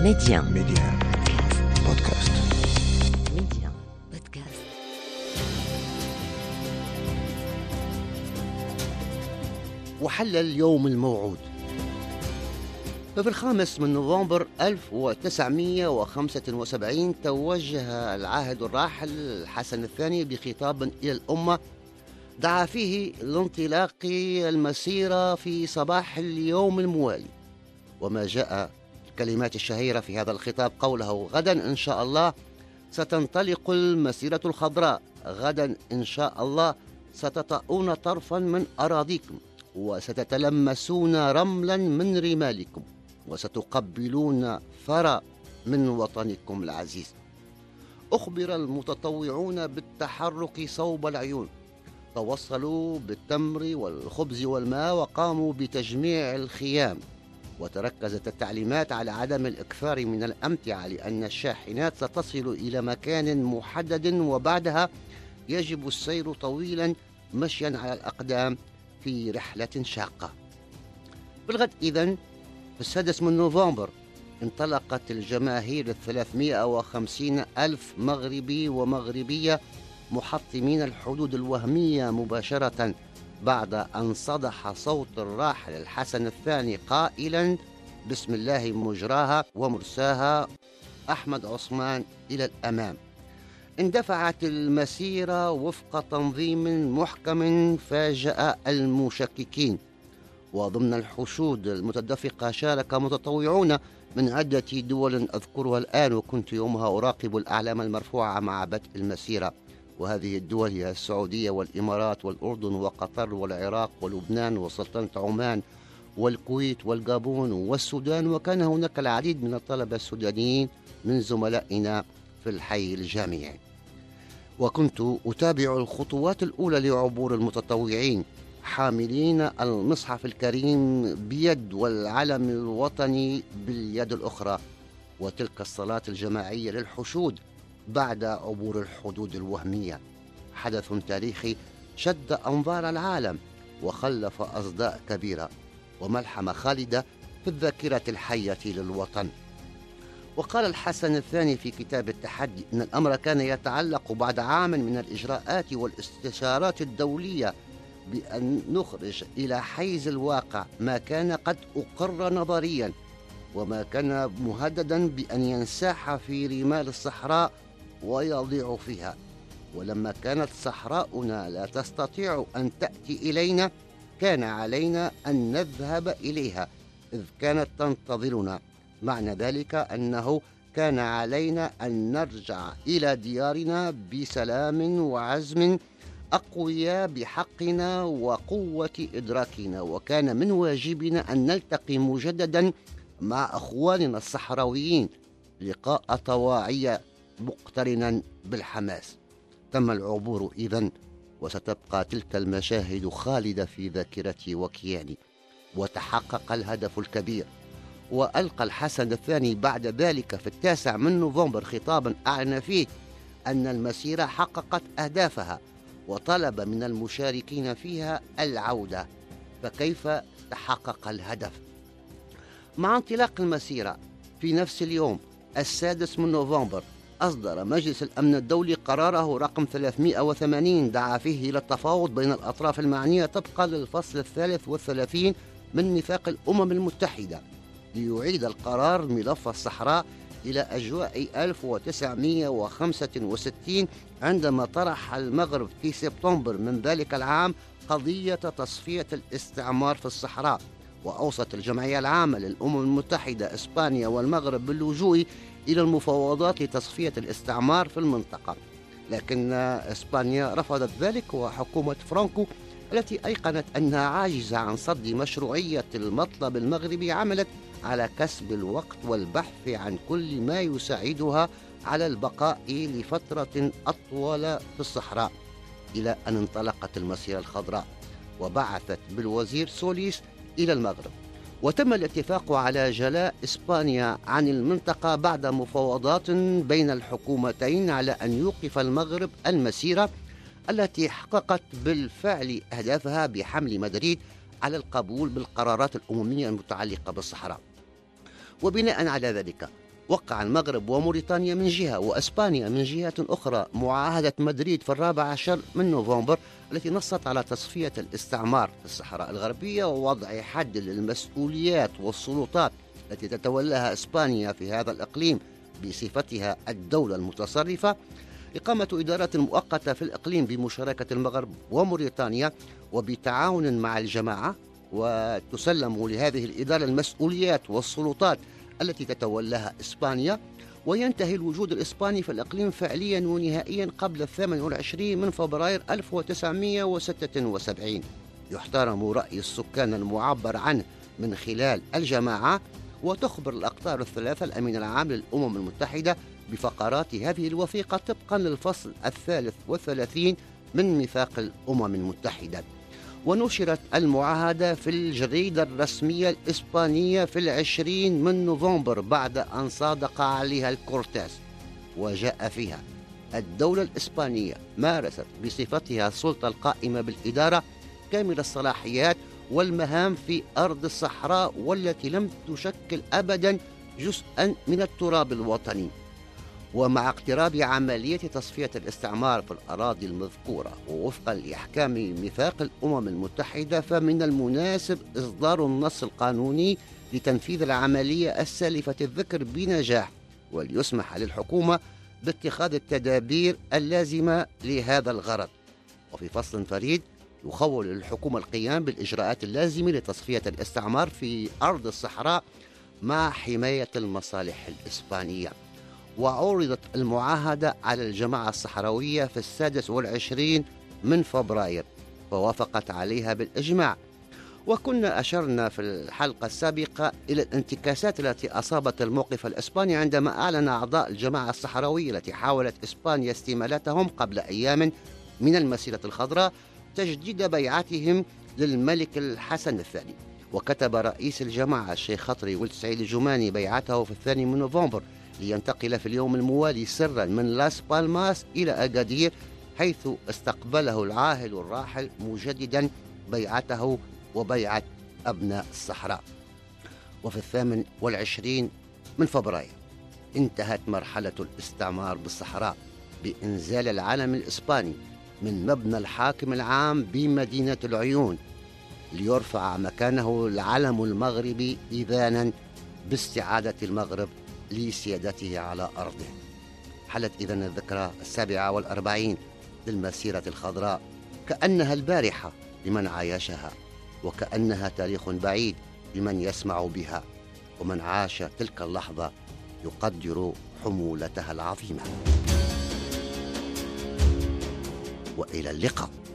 Média بودكاست. Média Podcast. وحل اليوم الموعود. ففي 5 نوفمبر 1975 توجه العاهد الراحل الحسن الثاني بخطاب إلى الأمة دعا فيه لانطلاق المسيرة في صباح اليوم الموالي. وما جاء الكلمات الشهيرة في هذا الخطاب قوله: غدا إن شاء الله ستنطلق المسيرة الخضراء، غدا إن شاء الله ستطؤون طرفا من أراضيكم، وستتلمسون رملا من رمالكم، وستقبلون ثرى من وطنكم العزيز. أخبر المتطوعون بالتحرك صوب العيون، توصلوا بالتمر والخبز والماء وقاموا بتجميع الخيام، وتركزت التعليمات على عدم الإكثار من الأمتعة لأن الشاحنات ستصل إلى مكان محدد وبعدها يجب السير طويلا مشيا على الأقدام في رحلة شاقة. بالغد إذن في 6 نوفمبر انطلقت الجماهير 350 ألف مغربي ومغربية محطمين الحدود الوهمية مباشرة بعد أن صدح صوت الراحل الحسن الثاني قائلا: بسم الله مجراها ومرساها، أحمد عثمان إلى الأمام. اندفعت المسيرة وفق تنظيم محكم فاجأ المشككين، وضمن الحشود المتدفقة شارك متطوعون من عدة دول أذكرها الآن، وكنت يومها أراقب الأعلام المرفوعة مع بدء المسيرة. وهذه الدول هي السعودية والإمارات والأردن وقطر والعراق ولبنان وسلطنة عمان والكويت والغابون والسودان، وكان هناك العديد من الطلبة السودانيين من زملائنا في الحي الجامعي. وكنت أتابع الخطوات الأولى لعبور المتطوعين حاملين المصحف الكريم بيد والعلم الوطني باليد الأخرى، وتلك الصلاة الجماعية للحشود بعد عبور الحدود الوهمية حدث تاريخي شد أنظار العالم وخلف أصداء كبيرة وملحمة خالدة في الذاكرة الحية للوطن. وقال الحسن الثاني في كتاب التحدي إن الأمر كان يتعلق بعد عام من الإجراءات والاستشارات الدولية بأن نخرج إلى حيز الواقع ما كان قد أقر نظريا وما كان مهددا بأن ينساح في رمال الصحراء ويضيع فيها. ولما كانت صحراؤنا لا تستطيع أن تأتي إلينا كان علينا أن نذهب إليها إذ كانت تنتظرنا. معنى ذلك أنه كان علينا أن نرجع إلى ديارنا بسلام وعزم أقوياء بحقنا وقوة إدراكنا، وكان من واجبنا أن نلتقي مجددا مع أخواننا الصحراويين لقاء طواعية مقترنا بالحماس. تم العبور إذن، وستبقى تلك المشاهد خالدة في ذاكرتي وكياني. وتحقق الهدف الكبير، وألقى الحسن الثاني بعد ذلك في 9 نوفمبر خطابا أعلن فيه أن المسيرة حققت أهدافها وطلب من المشاركين فيها العودة. فكيف تحقق الهدف؟ مع انطلاق المسيرة في نفس اليوم 6 نوفمبر أصدر مجلس الأمن الدولي قراره رقم 380 دعا فيه إلى التفاوض بين الأطراف المعنية طبقا للفصل 33 من ميثاق الأمم المتحدة ليعيد القرار ملف الصحراء إلى أجواء 1965 عندما طرح المغرب في سبتمبر من ذلك العام قضية تصفية الاستعمار في الصحراء. وأوصت الجمعية العامة للأمم المتحدة إسبانيا والمغرب باللجوء إلى المفاوضات لتصفية الاستعمار في المنطقة، لكن إسبانيا رفضت ذلك، وحكومة فرانكو التي أيقنت أنها عاجزة عن صد مشروعية المطلب المغربي عملت على كسب الوقت والبحث عن كل ما يساعدها على البقاء لفترة أطول في الصحراء، إلى أن انطلقت المسيرة الخضراء وبعثت بالوزير سوليس إلى المغرب. وتم الاتفاق على جلاء إسبانيا عن المنطقة بعد مفاوضات بين الحكومتين على أن يوقف المغرب المسيرة التي حققت بالفعل أهدافها بحمل مدريد على القبول بالقرارات الأممية المتعلقة بالصحراء. وبناء على ذلك وقع المغرب وموريتانيا من جهة وأسبانيا من جهة أخرى معاهدة مدريد في 14 من نوفمبر التي نصت على تصفية الاستعمار في الصحراء الغربية ووضع حد للمسؤوليات والسلطات التي تتولاها إسبانيا في هذا الإقليم بصفتها الدولة المتصرفة. إقامة إدارة مؤقتة في الإقليم بمشاركة المغرب وموريتانيا وبتعاون مع الجماعة، وتسلم لهذه الإدارة المسؤوليات والسلطات التي تتولاها إسبانيا، وينتهي الوجود الإسباني في الإقليم فعليا ونهائيا قبل 28 من فبراير 1976. يحترم رأي السكان المعبر عنه من خلال الجماعة، وتخبر الأقطار الثلاثة الأمين العام للأمم المتحدة بفقرات هذه الوثيقة طبقا للفصل 33 من ميثاق الأمم المتحدة. ونشرت المعاهدة في الجريدة الرسمية الإسبانية في 20 من نوفمبر بعد أن صادق عليها الكورتاس، وجاء فيها: الدولة الإسبانية مارست بصفتها السلطة القائمة بالإدارة كامل الصلاحيات والمهام في أرض الصحراء والتي لم تشكل أبدا جزءا من التراب الوطني. ومع اقتراب عملية تصفية الاستعمار في الأراضي المذكورة ووفقا لأحكام ميثاق الأمم المتحدة، فمن المناسب إصدار النص القانوني لتنفيذ العملية السالفة الذكر بنجاح، وليسمح للحكومة باتخاذ التدابير اللازمة لهذا الغرض. وفي فصل فريد يخول للحكومة القيام بالإجراءات اللازمة لتصفية الاستعمار في أرض الصحراء مع حماية المصالح الإسبانية. وعرضت المعاهدة على الجماعة الصحراوية في 26 من فبراير فوافقت عليها بالإجماع. وكنا أشرنا في الحلقة السابقة إلى الانتكاسات التي أصابت الموقف الإسباني عندما أعلن أعضاء الجماعة الصحراوية التي حاولت إسبانيا استمالتهم قبل أيام من المسيرة الخضراء تجديد بيعتهم للملك الحسن الثاني. وكتب رئيس الجماعة الشيخ خطري ولد سعيد الجماني بيعته في 2 من نوفمبر لينتقل في اليوم الموالي سرا من لاس بالماس إلى أكادير، حيث استقبله العاهل الراحل مجددا بيعته وبيعة أبناء الصحراء. وفي 28 من فبراير انتهت مرحلة الاستعمار بالصحراء بإنزال العلم الإسباني من مبنى الحاكم العام بمدينة العيون ليرفع مكانه العلم المغربي إذانا باستعادة المغرب لسيادته على أرضه. حلت إذن الذكرى 47 للمسيرة الخضراء كأنها البارحة لمن عايشها، وكأنها تاريخ بعيد لمن يسمع بها، ومن عاش تلك اللحظة يقدر حمولتها العظيمة. وإلى اللقاء.